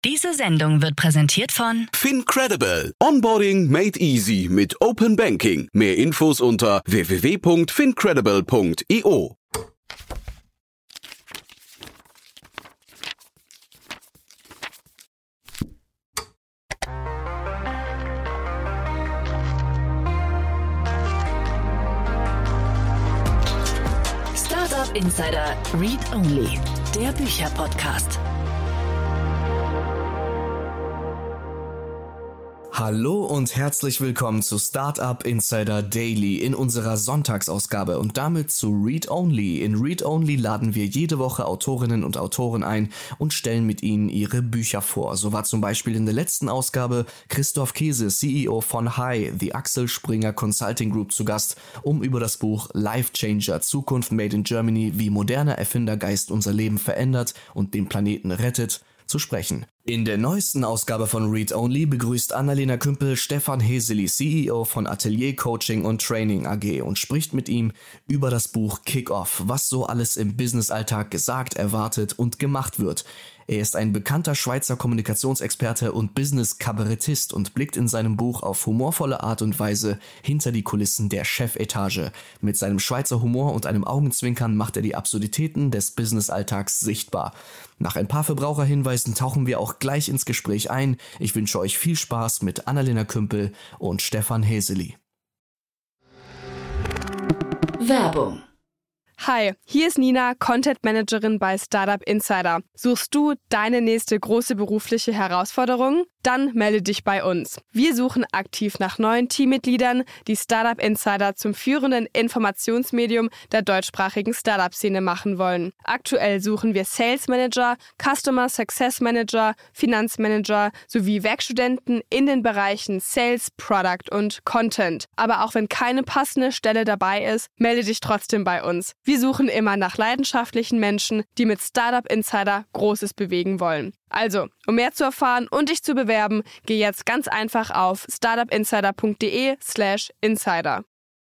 Diese Sendung wird präsentiert von FinCredible. Onboarding made easy mit Open Banking. Mehr Infos unter www.fincredible.io. Startup Insider Read Only, der Bücherpodcast. Hallo und herzlich willkommen zu Startup Insider Daily in unserer Sonntagsausgabe und damit zu Read Only. In Read Only laden wir jede Woche Autorinnen und Autoren ein und stellen mit ihnen ihre Bücher vor. So war zum Beispiel in der letzten Ausgabe Christoph Käse, CEO von HI, The Axel Springer Consulting Group, zu Gast, um über das Buch Life Changer, Zukunft Made in Germany, wie moderner Erfindergeist unser Leben verändert und den Planeten rettet, zu sprechen. In der neuesten Ausgabe von Read Only begrüßt Annalena Kümpel Stefan Häseli, CEO von Atelier Coaching und Training AG, und spricht mit ihm über das Buch Kick-Off, was so alles im Businessalltag gesagt, erwartet und gemacht wird. Er ist ein bekannter Schweizer Kommunikationsexperte und Business-Kabarettist und blickt in seinem Buch auf humorvolle Art und Weise hinter die Kulissen der Chefetage. Mit seinem Schweizer Humor und einem Augenzwinkern macht er die Absurditäten des Businessalltags sichtbar. Nach ein paar Verbraucherhinweisen tauchen wir auch gleich ins Gespräch ein. Ich wünsche euch viel Spaß mit Annalena Kümpel und Stefan Häseli. Werbung. Hi, hier ist Nina, Content Managerin bei Startup Insider. Suchst du deine nächste große berufliche Herausforderung? Dann melde dich bei uns. Wir suchen aktiv nach neuen Teammitgliedern, die Startup Insider zum führenden Informationsmedium der deutschsprachigen Startup-Szene machen wollen. Aktuell suchen wir Sales Manager, Customer Success Manager, Finanzmanager sowie Werkstudenten in den Bereichen Sales, Product und Content. Aber auch wenn keine passende Stelle dabei ist, melde dich trotzdem bei uns. Wir suchen immer nach leidenschaftlichen Menschen, die mit Startup Insider Großes bewegen wollen. Also, um mehr zu erfahren und dich zu bewerben, geh jetzt ganz einfach auf startupinsider.de/insider.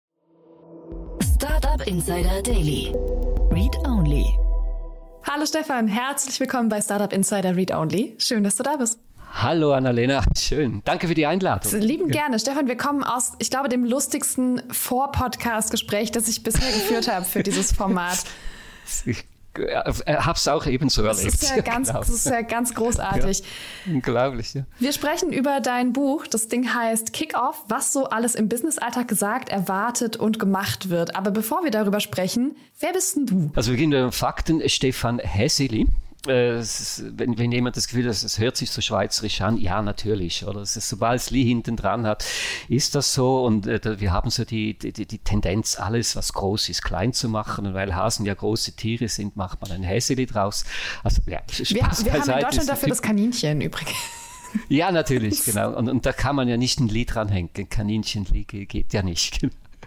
Startup Insider Daily. Read Only. Hallo Stefan, herzlich willkommen bei Startup Insider Read Only. Schön, dass du da bist. Hallo Annalena, schön. Danke für die Einladung. Lieben gerne. Stefan, wir kommen aus, ich glaube, dem lustigsten Vor-Podcast-Gespräch, das ich bisher geführt habe für dieses Format. Ich habe es auch ebenso erlebt. Das ist ja ganz großartig. Ja, unglaublich, ja. Wir sprechen über dein Buch. Das Ding heißt Kick-Off, was so alles im Businessalltag gesagt, erwartet und gemacht wird. Aber bevor wir darüber sprechen, wer bist denn du? Also wir gehen mit den Fakten. Stefan Häseli. Wenn jemand das Gefühl hat, es hört sich so schweizerisch an, ja, natürlich. Oder es ist, sobald es Li hinten dran hat, ist das so. Und wir haben so die Tendenz, alles, was groß ist, klein zu machen. Und weil Hasen ja große Tiere sind, macht man ein Häseli draus. Also, ja, wir haben in Deutschland dafür das Kaninchen übrigens. Ja, natürlich, genau. Und da kann man ja nicht ein Lied dranhängen. Kaninchenli geht ja nicht.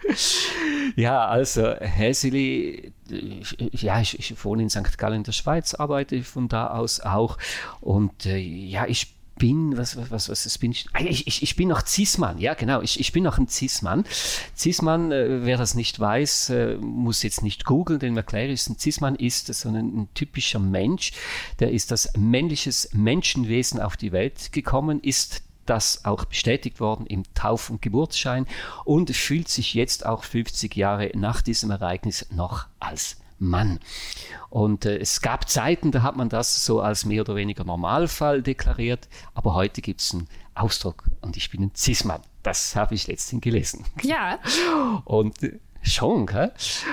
Ja, also Häseli, ich wohne in St. Gallen in der Schweiz, arbeite von da aus auch, und ich bin, was bin ich? Ich bin noch Cis-Mann, ja genau, ich bin noch ein Cis-Mann. Cis-Mann, wer das nicht weiß, muss jetzt nicht googeln, denn erkläre ich, ein Cis-Mann ist so ein typischer Mensch, der ist als männliches Menschenwesen auf die Welt gekommen, ist das auch bestätigt worden im Tauf- und Geburtsschein und fühlt sich jetzt auch 50 Jahre nach diesem Ereignis noch als Mann. Und es gab Zeiten, da hat man das so als mehr oder weniger Normalfall deklariert, aber heute gibt es einen Ausdruck und ich bin ein Cis-Mann. Das habe ich letztens gelesen. Ja. Und schon, gell?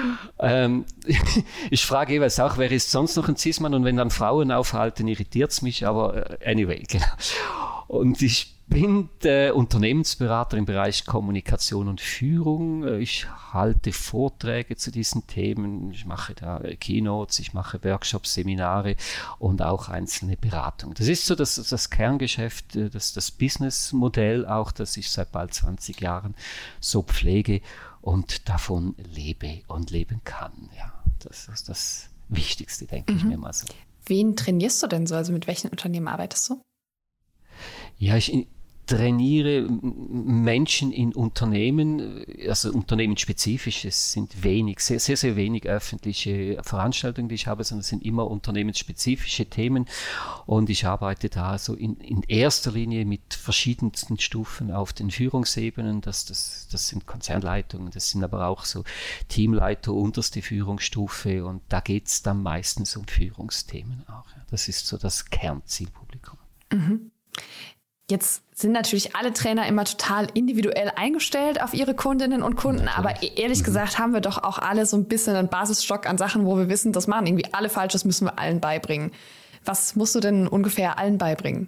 Ich frage jeweils auch, wer ist sonst noch ein Cis-Mann, und wenn dann Frauen aufhalten, irritiert es mich, aber anyway, genau. Und ich bin der Unternehmensberater im Bereich Kommunikation und Führung. Ich halte Vorträge zu diesen Themen. Ich mache da Keynotes, ich mache Workshops, Seminare und auch einzelne Beratungen. Das ist so das Kerngeschäft, das Businessmodell auch, das ich seit bald 20 Jahren so pflege und davon lebe und leben kann. Ja, das ist das Wichtigste, denke ich mir mal so. Wen trainierst du denn so? Also mit welchen Unternehmen arbeitest du? Ja, trainiere Menschen in Unternehmen, also unternehmensspezifisch, es sind sehr, sehr, sehr wenig öffentliche Veranstaltungen, die ich habe, sondern es sind immer unternehmensspezifische Themen und ich arbeite da so in erster Linie mit verschiedensten Stufen auf den Führungsebenen, das sind Konzernleitungen, das sind aber auch so Teamleiter, unterste Führungsstufe und da geht es dann meistens um Führungsthemen auch. Ja. Das ist so das Kernzielpublikum. Mhm. Jetzt sind natürlich alle Trainer immer total individuell eingestellt auf ihre Kundinnen und Kunden, aber ehrlich gesagt haben wir doch auch alle so ein bisschen einen Basisstock an Sachen, wo wir wissen, das machen irgendwie alle falsch, das müssen wir allen beibringen. Was musst du denn ungefähr allen beibringen?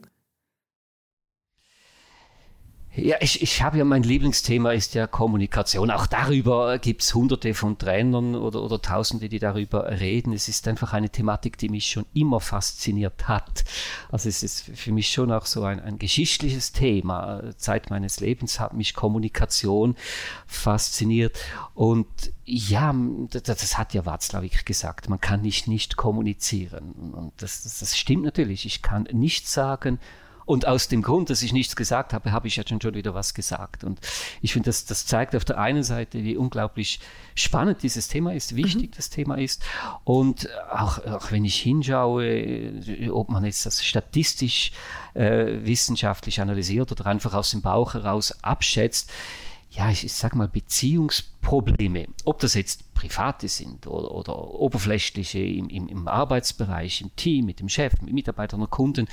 Ja, ich habe ja, mein Lieblingsthema ist ja Kommunikation. Auch darüber gibt es hunderte von Trainern oder tausende, die darüber reden. Es ist einfach eine Thematik, die mich schon immer fasziniert hat. Also es ist für mich schon auch so ein geschichtliches Thema. Zeit meines Lebens hat mich Kommunikation fasziniert. Und ja, das hat ja Václavík gesagt, man kann nicht kommunizieren. Und das stimmt natürlich. Ich kann nichts sagen. Und aus dem Grund, dass ich nichts gesagt habe, habe ich ja schon wieder was gesagt. Und ich finde, das zeigt auf der einen Seite, wie unglaublich spannend dieses Thema ist, wichtig das Thema ist. Und auch wenn ich hinschaue, ob man jetzt das statistisch, wissenschaftlich analysiert oder einfach aus dem Bauch heraus abschätzt, ja, ich sage mal, Beziehungsprobleme, ob das jetzt private sind oder oberflächliche im Arbeitsbereich, im Team, mit dem Chef, mit Mitarbeitern und Kunden,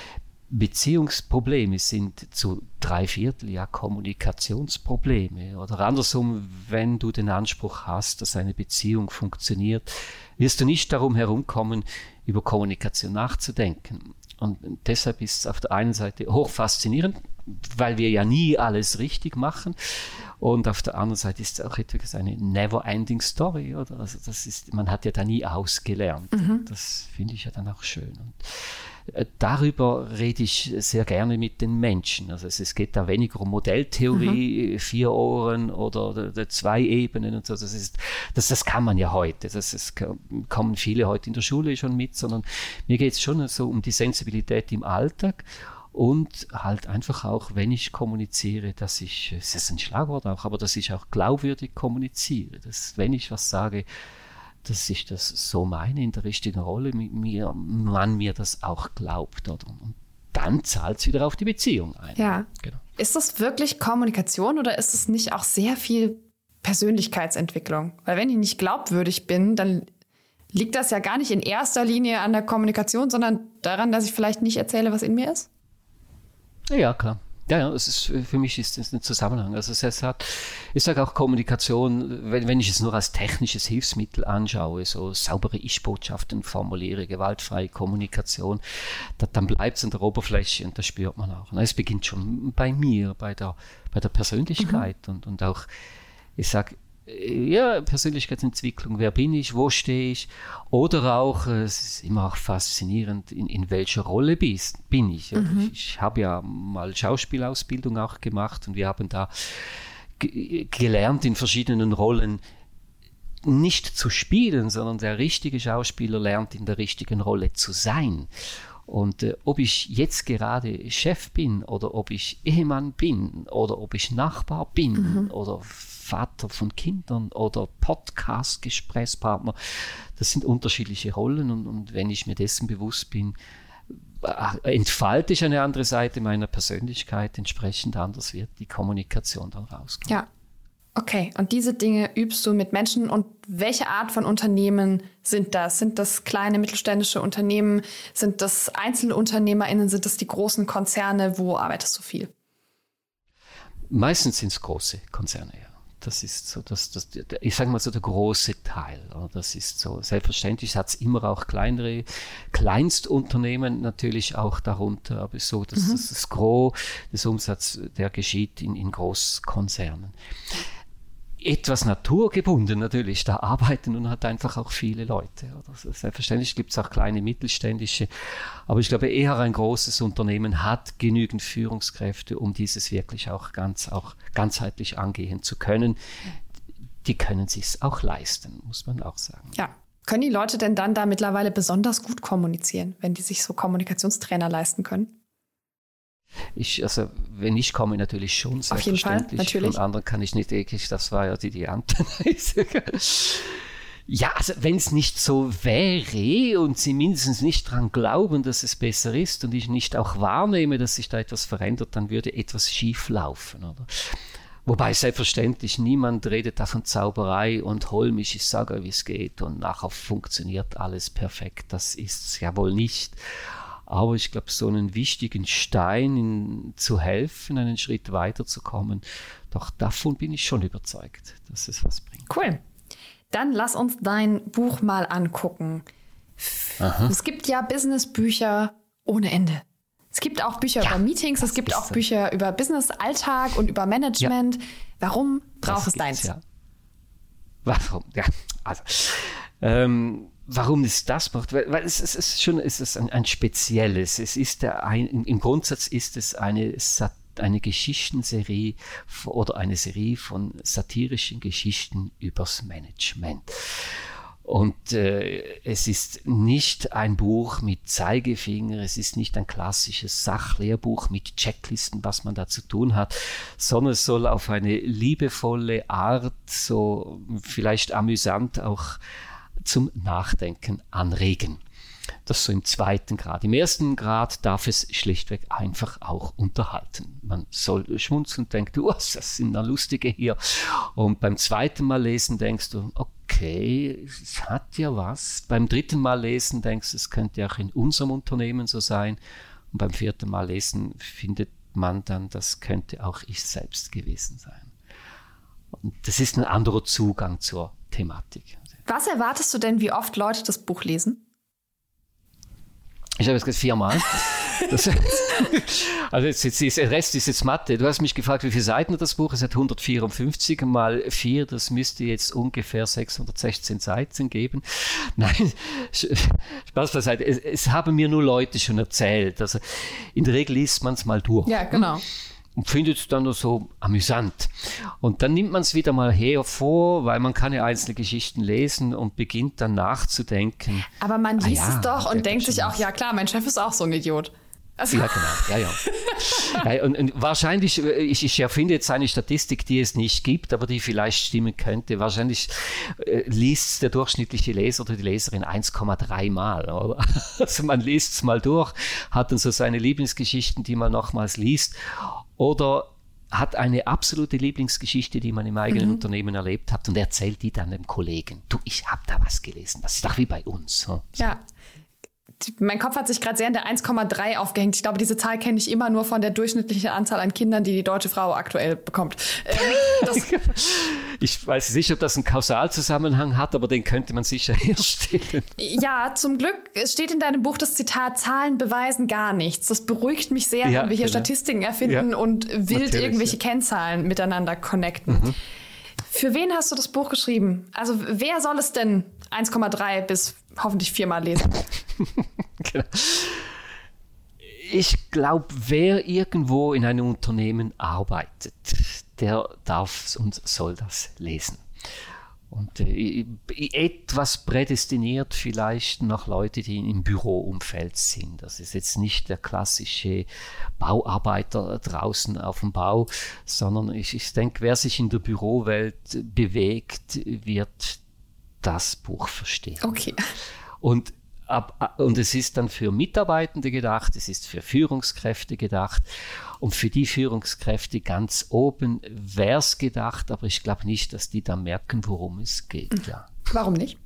Beziehungsprobleme sind zu 3/4 ja Kommunikationsprobleme. Oder andersrum, wenn du den Anspruch hast, dass eine Beziehung funktioniert, wirst du nicht darum herumkommen, über Kommunikation nachzudenken. Und deshalb ist es auf der einen Seite hoch faszinierend, weil wir ja nie alles richtig machen. Und auf der anderen Seite ist es auch etwas eine never-ending Story. Oder? Also man hat ja da nie ausgelernt. Das finde ich ja dann auch schön. Und darüber rede ich sehr gerne mit den Menschen. Also es geht da weniger um Modelltheorie, 4 Ohren oder 2 Ebenen und so. Das kann man ja heute. Das kommen viele heute in der Schule schon mit, sondern mir geht es schon so um die Sensibilität im Alltag und halt einfach auch, wenn ich kommuniziere, es ist ein Schlagwort auch, aber dass ich auch glaubwürdig kommuniziere. Dass, wenn ich was sage, dass ich das so meine, in der richtigen Rolle mit mir, man mir das auch glaubt. Oder? Und dann zahlt es wieder auf die Beziehung ein. Ja. Genau. Ist das wirklich Kommunikation oder ist es nicht auch sehr viel Persönlichkeitsentwicklung? Weil wenn ich nicht glaubwürdig bin, dann liegt das ja gar nicht in erster Linie an der Kommunikation, sondern daran, dass ich vielleicht nicht erzähle, was in mir ist? Ja, klar. Ja, für mich ist das ein Zusammenhang. Also ich sage auch Kommunikation, wenn ich es nur als technisches Hilfsmittel anschaue, so saubere Ich-Botschaften formuliere, gewaltfreie Kommunikation, dann bleibt es an der Oberfläche und das spürt man auch. Es beginnt schon bei mir, bei der Persönlichkeit und auch, ich sage, ja, Persönlichkeitsentwicklung, wer bin ich, wo stehe ich, oder auch, es ist immer auch faszinierend, in welcher Rolle bin ich. Ich habe ja mal Schauspielausbildung auch gemacht und wir haben da gelernt, in verschiedenen Rollen nicht zu spielen, sondern der richtige Schauspieler lernt, in der richtigen Rolle zu sein. Und ob ich jetzt gerade Chef bin oder ob ich Ehemann bin oder ob ich Nachbar bin oder Vater von Kindern oder Podcast-Gesprächspartner, das sind unterschiedliche Rollen und wenn ich mir dessen bewusst bin, entfalte ich eine andere Seite meiner Persönlichkeit, entsprechend anders wird die Kommunikation dann rauskommen. Ja. Okay, und diese Dinge übst du mit Menschen und welche Art von Unternehmen sind das? Sind das kleine mittelständische Unternehmen? Sind das EinzelunternehmerInnen? Sind das die großen Konzerne? Wo arbeitest du viel? Meistens sind es große Konzerne, ja. Das ist so, ich sage mal so der große Teil. Das ist so, selbstverständlich hat es immer auch kleinere Kleinstunternehmen natürlich auch darunter, aber so, das Gros des Umsatzes, der geschieht in Großkonzernen. Etwas naturgebunden natürlich, da arbeiten und hat einfach auch viele Leute. Also selbstverständlich gibt es auch kleine mittelständische, aber ich glaube eher ein großes Unternehmen hat genügend Führungskräfte, um dieses wirklich auch ganzheitlich angehen zu können. Die können sich's auch leisten, muss man auch sagen. Ja. Können die Leute denn dann da mittlerweile besonders gut kommunizieren, wenn die sich so Kommunikationstrainer leisten können? Also wenn ich komme, natürlich schon, auf jeden Fall, natürlich. Von anderen kann ich nicht wirklich, das war ja die Antenneise. Ja, also wenn es nicht so wäre und Sie mindestens nicht daran glauben, dass es besser ist und ich nicht auch wahrnehme, dass sich da etwas verändert, dann würde etwas schief laufen, oder? Wobei selbstverständlich, niemand redet da von Zauberei und hol mich, ich sage euch, wie es geht und nachher funktioniert alles perfekt. Das ist es ja wohl nicht. Aber ich glaube, so einen wichtigen Stein zu helfen, einen Schritt weiterzukommen, doch davon bin ich schon überzeugt, dass es was bringt. Cool. Dann lass uns dein Buch mal angucken. Aha. Es gibt ja Businessbücher ohne Ende. Es gibt auch Bücher über Meetings, es gibt auch Bücher über Business-Alltag und über Management. Ja. Warum braucht es deins? Ja. Warum? Ja, also warum es das macht? Weil es ist ein spezielles. Es ist im Grundsatz ist es eine Geschichtenserie oder eine Serie von satirischen Geschichten übers Management. Und es ist nicht ein Buch mit Zeigefinger, es ist nicht ein klassisches Sachlehrbuch mit Checklisten, was man da zu tun hat, sondern es soll auf eine liebevolle Art, so vielleicht amüsant auch zum Nachdenken anregen. Das so im 2. Grad. Im 1. Grad darf es schlichtweg einfach auch unterhalten. Man soll schmunzeln und denkt, das sind da lustige hier. Und beim 2. Mal lesen denkst du, okay, es hat ja was. Beim 3. Mal lesen denkst du, es könnte auch in unserem Unternehmen so sein. Und beim 4. Mal lesen findet man dann, das könnte auch ich selbst gewesen sein. Und das ist ein anderer Zugang zur Thematik. Was erwartest du denn, wie oft Leute das Buch lesen? Ich habe jetzt gesagt 4 Mal. Also der Rest ist jetzt Mathe. Du hast mich gefragt, wie viele Seiten hat das Buch? Es hat 154 mal 4. Das müsste jetzt ungefähr 616 Seiten geben. Nein, Spaß beiseite. Es haben mir nur Leute schon erzählt. Also in der Regel liest man es mal durch. Ja, genau. Und findet es dann nur so amüsant. Und dann nimmt man es wieder mal hervor, weil man kann ja einzelne Geschichten lesen und beginnt dann nachzudenken. Aber man liest es doch und denkt sich auch, ja klar, mein Chef ist auch so ein Idiot. Also ja, genau. Ja. Und wahrscheinlich, ich erfinde jetzt eine Statistik, die es nicht gibt, aber die vielleicht stimmen könnte. Wahrscheinlich liest der durchschnittliche Leser oder die Leserin 1,3 Mal. Oder? Also man liest es mal durch, hat dann so seine Lieblingsgeschichten, die man nochmals liest. Oder hat eine absolute Lieblingsgeschichte, die man im eigenen Unternehmen erlebt hat und erzählt die dann dem Kollegen. Du, ich habe da was gelesen. Das ist doch wie bei uns. So. Ja. Mein Kopf hat sich gerade sehr in der 1,3 aufgehängt. Ich glaube, diese Zahl kenne ich immer nur von der durchschnittlichen Anzahl an Kindern, die deutsche Frau aktuell bekommt. Ich weiß nicht, ob das einen Kausalzusammenhang hat, aber den könnte man sicher herstellen. Ja, zum Glück steht in deinem Buch das Zitat, Zahlen beweisen gar nichts. Das beruhigt mich sehr, wenn wir hier Statistiken erfinden und wild irgendwelche Kennzahlen miteinander connecten. Für wen hast du das Buch geschrieben? Also wer soll es denn 1,3 bis hoffentlich 4 Mal lesen? Genau. Ich glaube, wer irgendwo in einem Unternehmen arbeitet, der darf und soll das lesen. Und etwas prädestiniert vielleicht noch Leute, die im Büroumfeld sind. Das ist jetzt nicht der klassische Bauarbeiter draußen auf dem Bau, sondern ich denke, wer sich in der Bürowelt bewegt, wird das Buch verstehen. Okay. Und es ist dann für Mitarbeitende gedacht, es ist für Führungskräfte gedacht und für die Führungskräfte ganz oben wäre es gedacht, aber ich glaube nicht, dass die dann merken, worum es geht. Ja. Warum nicht?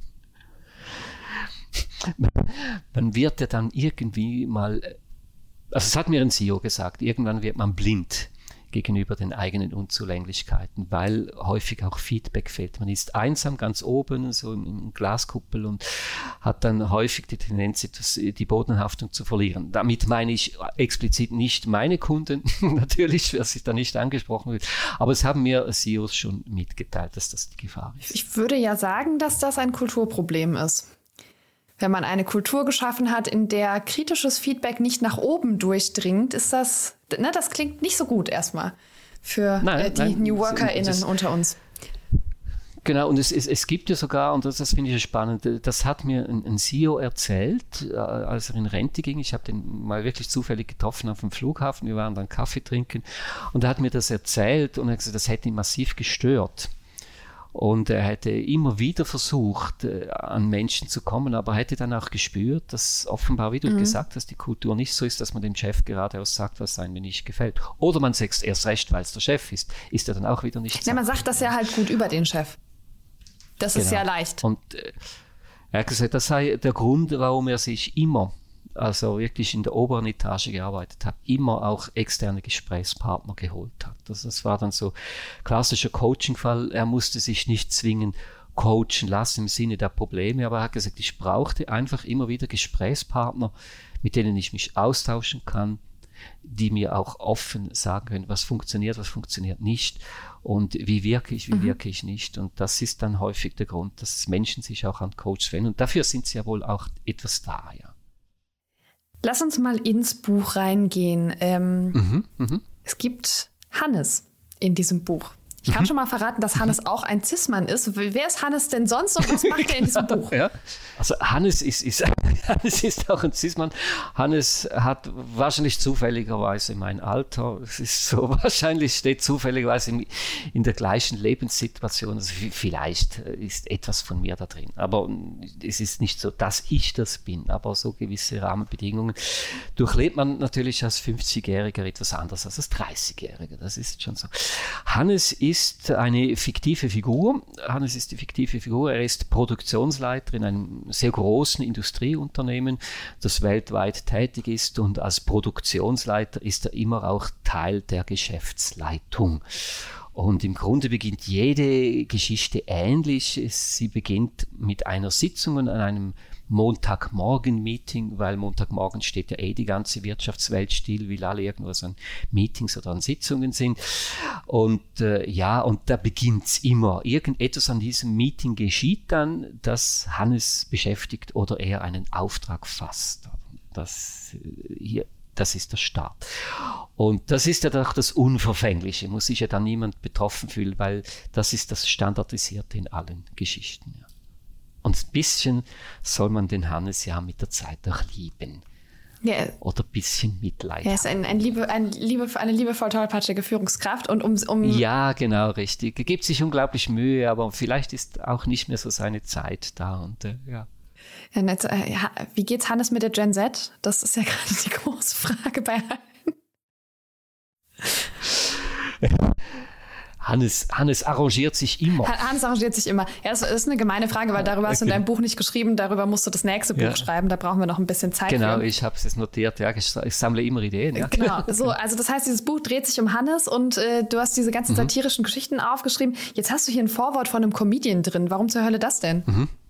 Man wird ja dann irgendwie mal, also es hat mir ein CEO gesagt, irgendwann wird man blind gegenüber den eigenen Unzulänglichkeiten, weil häufig auch Feedback fehlt. Man ist einsam ganz oben, so im Glaskuppel und hat dann häufig die Tendenz, die Bodenhaftung zu verlieren. Damit meine ich explizit nicht meine Kunden, natürlich, wer sich da nicht angesprochen wird, aber es haben mir CEOs schon mitgeteilt, dass das die Gefahr ist. Ich würde ja sagen, dass das ein Kulturproblem ist. Wenn man eine Kultur geschaffen hat, in der kritisches Feedback nicht nach oben durchdringt, ist das, das klingt nicht so gut erstmal für die New WorkerInnen unter uns. Genau, und es gibt ja sogar, und das finde ich spannend, das hat mir ein CEO erzählt, als er in Rente ging. Ich habe den mal wirklich zufällig getroffen auf dem Flughafen. Wir waren dann Kaffee trinken und er hat mir das erzählt und er hat gesagt, das hätte ihn massiv gestört. Und er hätte immer wieder versucht, an Menschen zu kommen, aber er hätte dann auch gespürt, dass offenbar, wie du gesagt hast, die Kultur nicht so ist, dass man dem Chef geradeaus sagt, was einem nicht gefällt. Oder man sagt es erst recht, weil es der Chef ist er dann auch wieder nicht. Ja, man sagt das ja halt gut über den Chef. Das ist ja leicht. Und er hat gesagt, das sei der Grund, warum er sich immer, also wirklich in der oberen Etage gearbeitet hat, immer auch externe Gesprächspartner geholt hat. Das war dann so klassischer Coaching-Fall. Er musste sich nicht zwingend coachen lassen im Sinne der Probleme, aber er hat gesagt, ich brauchte einfach immer wieder Gesprächspartner, mit denen ich mich austauschen kann, die mir auch offen sagen können, was funktioniert nicht und wie wirke ich nicht. Und das ist dann häufig der Grund, dass Menschen sich auch an Coaches wenden. Und dafür sind sie ja wohl auch etwas da, ja. Lass uns mal ins Buch reingehen. Es gibt Hannes in diesem Buch. Ich kann schon mal verraten, dass Hannes auch ein Cis-Mann ist. Wer ist Hannes denn sonst und was macht er in diesem Buch? Ja. Also Hannes ist auch ein Cis-Mann. Hannes hat wahrscheinlich zufälligerweise mein Alter. Es ist so, wahrscheinlich steht zufälligerweise in der gleichen Lebenssituation. Also vielleicht ist etwas von mir da drin. Aber es ist nicht so, dass ich das bin. Aber so gewisse Rahmenbedingungen durchlebt man natürlich als 50-Jähriger etwas anders als als 30-Jähriger. Das ist schon so. Hannes ist eine fiktive Figur. Hannes ist die fiktive Figur. Er ist Produktionsleiter in einem sehr großen Industrieunternehmen, das weltweit tätig ist. Und als Produktionsleiter ist er immer auch Teil der Geschäftsleitung. Und im Grunde beginnt jede Geschichte ähnlich. Sie beginnt mit einer Sitzung an einem Montagmorgen-Meeting, weil Montagmorgen steht ja die ganze Wirtschaftswelt still, weil alle irgendwas an Meetings oder an Sitzungen sind. Und und da beginnt es immer. Irgendetwas an diesem Meeting geschieht dann, das Hannes beschäftigt oder er einen Auftrag fasst. Das ist der Start. Und das ist ja doch das Unverfängliche, muss sich ja dann niemand betroffen fühlen, weil das ist das Standardisierte in allen Geschichten. Ja. Und ein bisschen soll man den Hannes ja mit der Zeit auch lieben. Ja. Oder ein bisschen Mitleid. Er ist eine liebevoll tollpatschige Führungskraft. Und Ja, genau, richtig. Er gibt sich unglaublich Mühe, aber vielleicht ist auch nicht mehr so seine Zeit da. Und ja. Wie geht's Hannes mit der Gen Z? Das ist ja gerade die große Frage bei allen. Hannes arrangiert sich immer. Hannes arrangiert sich immer. Ja, das ist eine gemeine Frage, weil darüber hast du in deinem Buch nicht geschrieben. Darüber musst du das nächste Buch schreiben. Da brauchen wir noch ein bisschen Zeit. Genau, für. ich habe es notiert. Ja, ich sammle immer Ideen. Ja. Genau. So, also das heißt, dieses Buch dreht sich um Hannes und du hast diese ganzen satirischen Geschichten aufgeschrieben. Jetzt hast du hier ein Vorwort von einem Comedian drin. Warum zur Hölle das denn?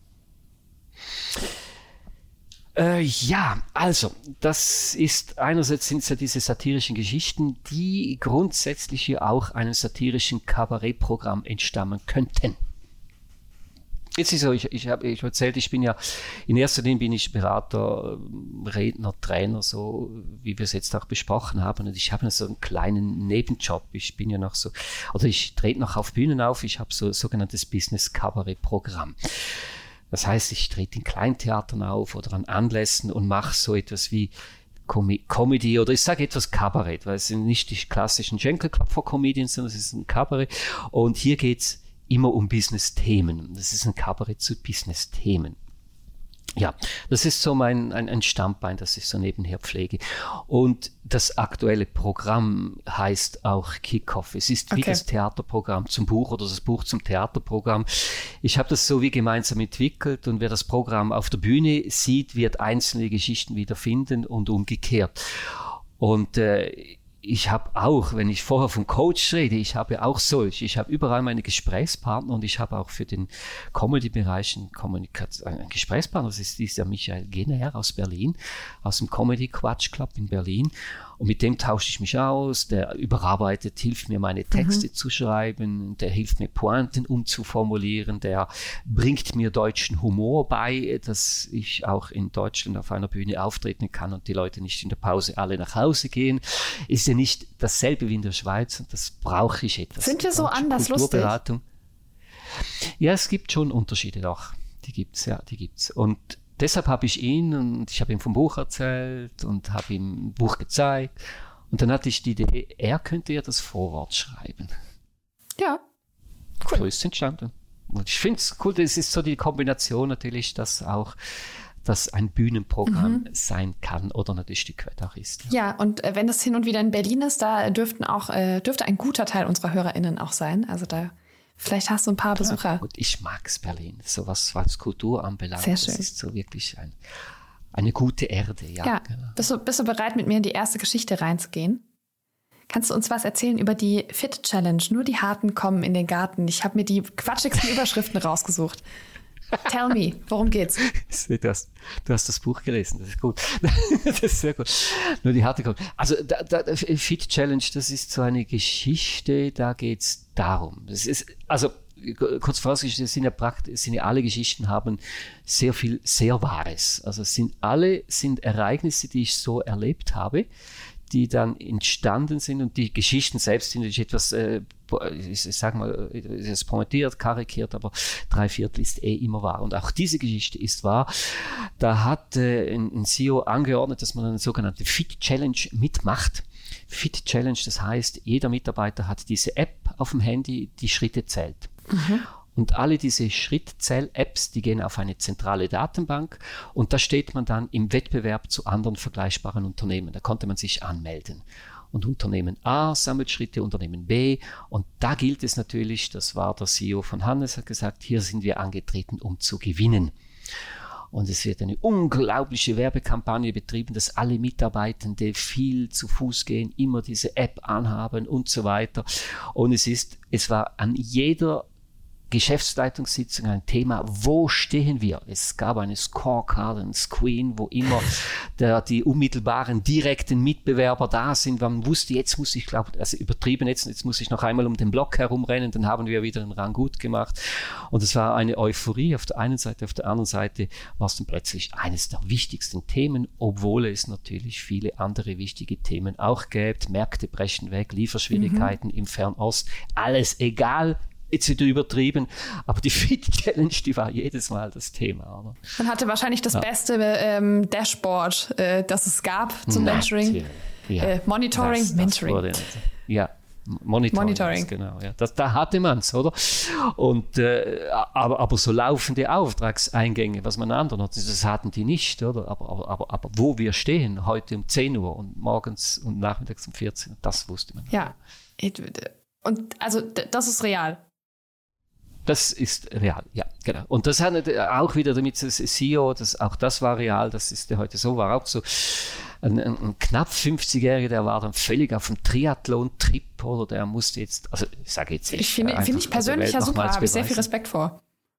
Also, das ist, einerseits sind es ja diese satirischen Geschichten, die grundsätzlich hier auch einem satirischen Kabarettprogramm entstammen könnten. Jetzt ist so, ich habe erzählt, in erster Linie bin ich Berater, Redner, Trainer, so wie wir es jetzt auch besprochen haben. Und ich habe so einen kleinen Nebenjob. Ich trete noch auf Bühnen auf. Ich habe so ein sogenanntes Business-Kabarett-Programm. Das heißt, ich trete in Kleintheatern auf oder an Anlässen und mache so etwas wie Comedy oder ich sage etwas Kabarett, weil es sind nicht die klassischen Schenkelklopfer-Comedians, sondern es ist ein Kabarett. Und hier geht es immer um Business-Themen. Das ist ein Kabarett zu Business-Themen. Ja, das ist so ein Standbein, das ich so nebenher pflege. Und das aktuelle Programm heißt auch Kickoff. Es ist wie das Theaterprogramm zum Buch oder das Buch zum Theaterprogramm. Ich habe das so wie gemeinsam entwickelt und wer das Programm auf der Bühne sieht, wird einzelne Geschichten wiederfinden und umgekehrt. Und ich habe auch, wenn ich vorher vom Coach rede, ich habe auch solche. Ich habe überall meine Gesprächspartner und ich habe auch für den Comedy-Bereich einen Gesprächspartner. Das ist dieser Michael Gener aus Berlin, aus dem Comedy Quatsch Club in Berlin. Und mit dem tausche ich mich aus, der überarbeitet, hilft mir, meine Texte zu schreiben, der hilft mir, Pointen umzuformulieren, der bringt mir deutschen Humor bei, dass ich auch in Deutschland auf einer Bühne auftreten kann und die Leute nicht in der Pause alle nach Hause gehen. Ist ja nicht dasselbe wie in der Schweiz und das brauche ich etwas. Sind wir so anders lustig? Ja, es gibt schon Unterschiede doch. Die gibt's. Und deshalb habe ich ihm vom Buch erzählt und habe ihm ein Buch gezeigt. Und dann hatte ich die Idee, er könnte ja das Vorwort schreiben. Ja, cool. So ist es entstanden. Und ich finde es cool, das ist so die Kombination natürlich, dass ein Bühnenprogramm sein kann oder natürlich ein Stück weit auch ist. Ja, und wenn das hin und wieder in Berlin ist, da dürfte ein guter Teil unserer HörerInnen auch sein. Also da vielleicht hast du ein paar Besucher. Ja, gut, ich mag es Berlin, so was Kultur anbelangt. Sehr schön. Das ist so wirklich eine gute Erde. Ja, genau. Bist du bereit, mit mir in die erste Geschichte reinzugehen? Kannst du uns was erzählen über die Fit Challenge? Nur die Harten kommen in den Garten. Ich habe mir die quatschigsten Überschriften rausgesucht. Tell me, worum geht's? Du hast das Buch gelesen, das ist gut. Das ist sehr gut. Nur die Harten kommen. Also Fit Challenge, das ist so eine Geschichte, da geht's darum. Das ist, also kurz vorausgestellt, sind ja alle Geschichten haben sehr viel sehr Wahres. Also sind Ereignisse, die ich so erlebt habe, die dann entstanden sind, und die Geschichten selbst sind natürlich etwas, ich sage mal, ist pointiert, karikiert, aber 3/4 ist immer wahr. Und auch diese Geschichte ist wahr. Da hat ein CEO angeordnet, dass man eine sogenannte Fit Challenge mitmacht. Fit Challenge, das heißt, jeder Mitarbeiter hat diese App auf dem Handy, die Schritte zählt. Und alle diese Schrittzähl-Apps, die gehen auf eine zentrale Datenbank, und da steht man dann im Wettbewerb zu anderen vergleichbaren Unternehmen. Da konnte man sich anmelden. Und Unternehmen A sammelt Schritte, Unternehmen B. Und da gilt es natürlich, das war der CEO von Hannes, hat gesagt, hier sind wir angetreten, um zu gewinnen. Und es wird eine unglaubliche Werbekampagne betrieben, dass alle Mitarbeitende viel zu Fuß gehen, immer diese App anhaben und so weiter. Und es war an jeder Geschäftsleitungssitzung ein Thema, wo stehen wir? Es gab eine Scorecard, ein Screen, wo immer die unmittelbaren, direkten Mitbewerber da sind. Man wusste, jetzt muss ich, übertrieben jetzt muss ich noch einmal um den Block herumrennen, dann haben wir wieder den Rang gut gemacht. Und es war eine Euphorie auf der einen Seite, auf der anderen Seite war es dann plötzlich eines der wichtigsten Themen, obwohl es natürlich viele andere wichtige Themen auch gäbe. Märkte brechen weg, Lieferschwierigkeiten im Fernost, alles egal. Jetzt wieder übertrieben, aber die Fit Challenge, die war jedes Mal das Thema. Oder? Man hatte wahrscheinlich das beste Dashboard, das es gab zum Mentoring. Monitoring, Mentoring. Monitoring. Genau, ja. Da hatte man es, oder? Und, aber so laufende Auftragseingänge, was man anderen hat, das hatten die nicht, oder? Aber wo wir stehen, heute um 10 Uhr und morgens und nachmittags um 14 Uhr, das wusste man. Ja, und also das ist real. Das ist real, ja, genau. Und das hat auch wieder damit das CEO, auch das war real, das ist ja heute so, war auch so. Ein knapp 50-Jähriger, der war dann völlig auf dem Triathlon-Trip, oder der musste jetzt, also ich sage jetzt ich finde ich persönlich ja super, habe ich sehr viel Respekt vor.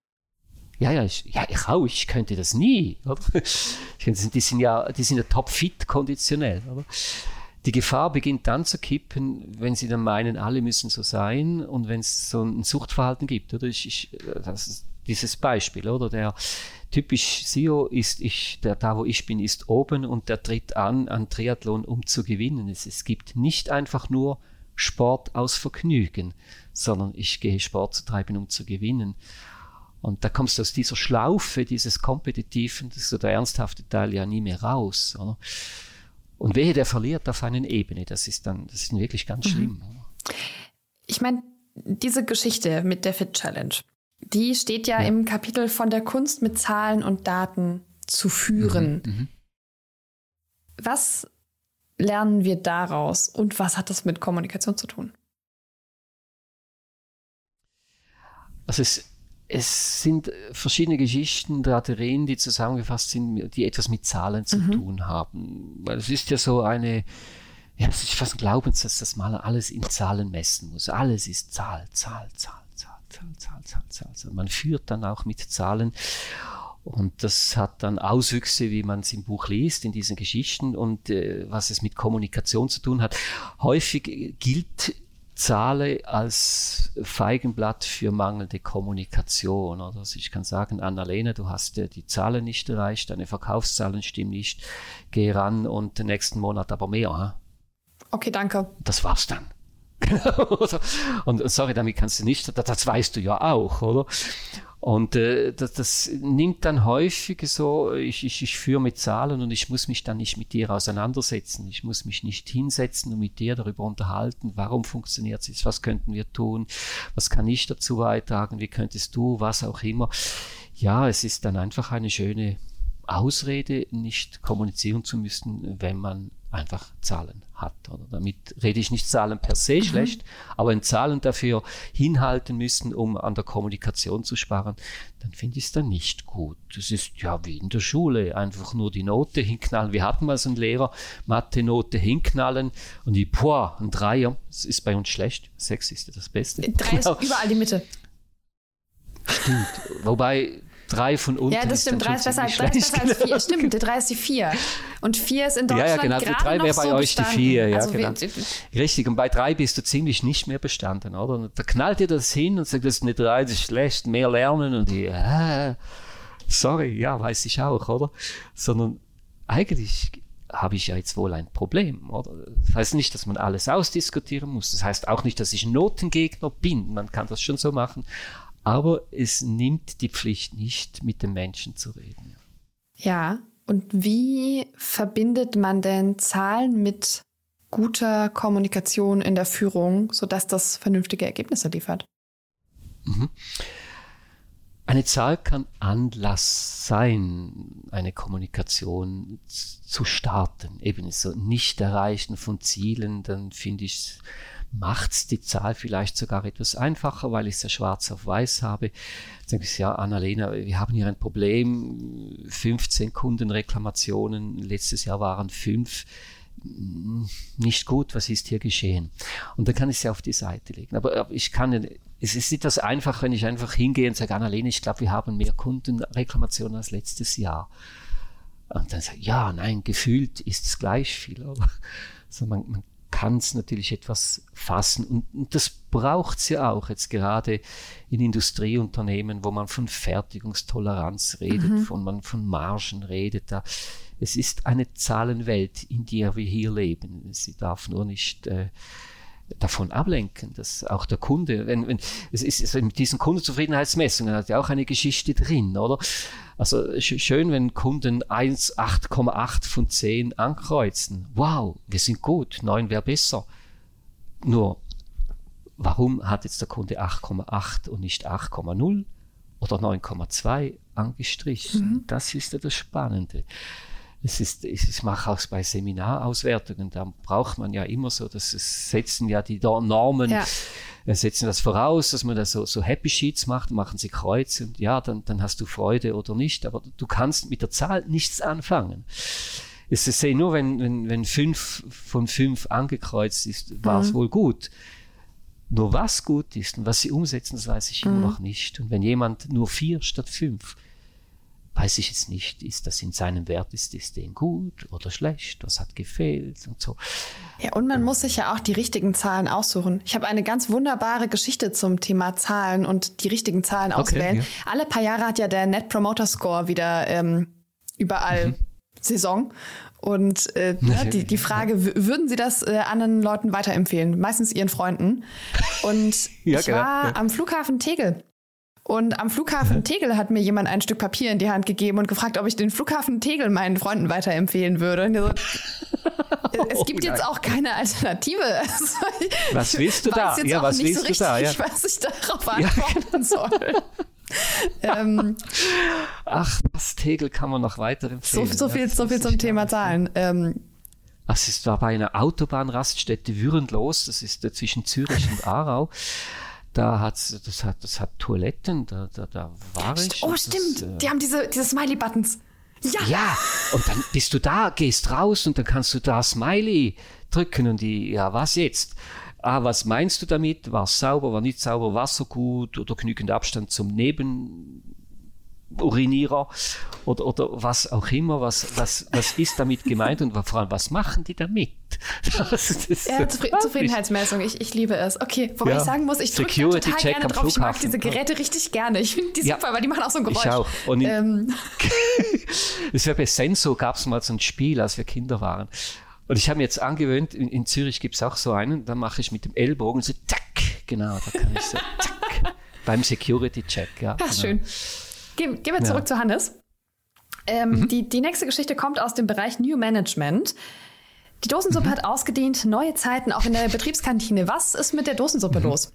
Ich könnte das nie. Oder? Die sind ja topfit konditionell, oder? Die Gefahr beginnt dann zu kippen, wenn sie dann meinen, alle müssen so sein, und wenn es so ein Suchtverhalten gibt. Oder das ist dieses Beispiel, oder? Der typisch CEO ist, da wo ich bin, ist oben, und der tritt an Triathlon, um zu gewinnen. Es gibt nicht einfach nur Sport aus Vergnügen, sondern ich gehe Sport zu treiben, um zu gewinnen. Und da kommst du aus dieser Schlaufe, dieses Kompetitiven, das ist so der ernsthafte Teil, ja nie mehr raus, oder? Und wehe, der verliert auf einer Ebene. Das ist wirklich ganz schlimm. Ich meine, diese Geschichte mit der Fit Challenge, die steht ja im Kapitel von der Kunst, mit Zahlen und Daten zu führen. Was lernen wir daraus und was hat das mit Kommunikation zu tun? Also es sind verschiedene Geschichten, Draterien, die zusammengefasst sind, die etwas mit Zahlen zu tun haben. Weil es ist ja so es ist fast ein Glaubenssatz, dass man alles in Zahlen messen muss. Alles ist Zahl. Man führt dann auch mit Zahlen. Und das hat dann Auswüchse, wie man es im Buch liest, in diesen Geschichten, und was es mit Kommunikation zu tun hat. Häufig gilt Zahle als Feigenblatt für mangelnde Kommunikation. Oder? Also ich kann sagen, Annalena, du hast die Zahlen nicht erreicht, deine Verkaufszahlen stimmen nicht, geh ran und den nächsten Monat aber mehr. Okay, danke. Das war's dann. Und sorry, damit kannst du nicht, das weißt du ja auch, oder? Und das nimmt dann häufig so, ich führe mit Zahlen und ich muss mich dann nicht mit dir auseinandersetzen. Ich muss mich nicht hinsetzen und mit dir darüber unterhalten, warum funktioniert es, was könnten wir tun, was kann ich dazu beitragen, wie könntest du, was auch immer. Ja, es ist dann einfach eine schöne Ausrede, nicht kommunizieren zu müssen, wenn man einfach Zahlen hat. Oder damit rede ich nicht Zahlen per se schlecht, aber wenn Zahlen dafür hinhalten müssen, um an der Kommunikation zu sparen, dann finde ich es dann nicht gut. Das ist ja wie in der Schule, einfach nur die Note hinknallen. Wir hatten mal so einen Lehrer, Mathe-Note hinknallen und ein Dreier, das ist bei uns schlecht, 6 ist das Beste. 3 ist überall die Mitte. Stimmt, wobei 3 von unten. Ja, das stimmt. 3 ist besser als 4. Stimmt, der 3 ist die 4. Und 4 ist in Deutschland. Ja, genau. Die 3 wäre bei euch bestanden. Die 4. Ja, also genau. Richtig. Und bei 3 bist du ziemlich nicht mehr bestanden, oder? Und da knallt dir das hin und sagt, das ist eine 3, das ist schlecht, mehr lernen. Und die, sorry, ja, weiß ich auch, oder? Sondern eigentlich habe ich ja jetzt wohl ein Problem, oder? Das heißt nicht, dass man alles ausdiskutieren muss. Das heißt auch nicht, dass ich Notengegner bin. Man kann das schon so machen. Aber es nimmt die Pflicht nicht, mit den Menschen zu reden. Ja, und wie verbindet man denn Zahlen mit guter Kommunikation in der Führung, sodass das vernünftige Ergebnisse liefert? Eine Zahl kann Anlass sein, eine Kommunikation zu starten. Eben so Nicht-Erreichen von Zielen, dann finde ich, macht's die Zahl vielleicht sogar etwas einfacher, weil ich es ja schwarz auf weiß habe. Dann sage ich, ja, Annalena, wir haben hier ein Problem, 15 Kundenreklamationen, letztes Jahr waren 5, nicht gut, was ist hier geschehen? Und dann kann ich sie auf die Seite legen. Aber es ist etwas einfacher, wenn ich einfach hingehe und sage, Annalena, ich glaube, wir haben mehr Kundenreklamationen als letztes Jahr. Und dann sage ich, ja, nein, gefühlt ist es gleich viel. Oder? Also man kann es natürlich etwas fassen und das braucht es ja auch jetzt gerade in Industrieunternehmen, wo man von Fertigungstoleranz redet, man von Margen redet. Es ist eine Zahlenwelt, in der wir hier leben. Sie darf nur nicht davon ablenken, dass auch der Kunde, es ist also mit diesen Kundenzufriedenheitsmessungen hat ja auch eine Geschichte drin, oder? Also schön, wenn Kunden 8,8 von 10 ankreuzen. Wow, wir sind gut, 9 wäre besser. Nur, warum hat jetzt der Kunde 8,8 und nicht 8,0 oder 9,2 angestrichen? Das ist ja das Spannende. Ich mache auch bei Seminarauswertungen, da braucht man ja immer so, dass es setzen ja die Normen, setzen das voraus, dass man da so Happy Sheets macht, machen sie Kreuz und ja, dann hast du Freude oder nicht, aber du kannst mit der Zahl nichts anfangen. Es ist nur, wenn 5 von 5 angekreuzt ist, war es wohl gut. Nur was gut ist und was sie umsetzen, das weiß ich immer noch nicht. Und wenn jemand nur 4 statt 5, weiß ich jetzt nicht, ist das in seinem Wert, ist es denen gut oder schlecht, was hat gefehlt und so. Ja, und man muss sich ja auch die richtigen Zahlen aussuchen. Ich habe eine ganz wunderbare Geschichte zum Thema Zahlen und die richtigen Zahlen auswählen. Ja. Alle paar Jahre hat ja der Net Promoter Score wieder überall Saison. Und die Frage, würden Sie das anderen Leuten weiterempfehlen? Meistens Ihren Freunden. Und ich war am Flughafen Tegel. Und am Flughafen Tegel hat mir jemand ein Stück Papier in die Hand gegeben und gefragt, ob ich den Flughafen Tegel meinen Freunden weiterempfehlen würde. Und es gibt jetzt auch keine Alternative. Also was willst du da? Ja, was willst du da? Ja. Was ich darauf antworten soll. Ach, das Tegel kann man noch weiterempfehlen. So viel zum Thema Zahlen. Es war bei einer Autobahnraststätte Würenlos, das ist zwischen Zürich und Aarau. Das hat Toiletten, da war ich. Oh, stimmt, die haben diese Smiley-Buttons. Ja, und dann bist du da, gehst raus und dann kannst du da Smiley drücken und was jetzt? Was meinst du damit? War es sauber, war nicht sauber, Wasser gut oder genügend Abstand zum Nebenurinierer oder was auch immer, was ist damit gemeint und vor allem, was machen die damit? Zufriedenheitsmessung, ich liebe es. Okay, wobei ich sagen muss, ich drücke total gerne drauf. Ich mag diese Geräte richtig gerne. Ich finde die super, weil die machen auch so ein Geräusch. Ich auch. Es wäre bei Senso, gab es mal so ein Spiel, als wir Kinder waren. Und ich habe mir jetzt angewöhnt, in Zürich gibt es auch so einen, da mache ich mit dem Ellbogen so, zack, genau, da kann ich so, zack, beim Security-Check. Ja, genau. Schön. Gehen wir zurück zu Hannes. Die nächste Geschichte kommt aus dem Bereich New Management. Die Dosensuppe hat ausgedient, neue Zeiten auch in der Betriebskantine. Was ist mit der Dosensuppe los?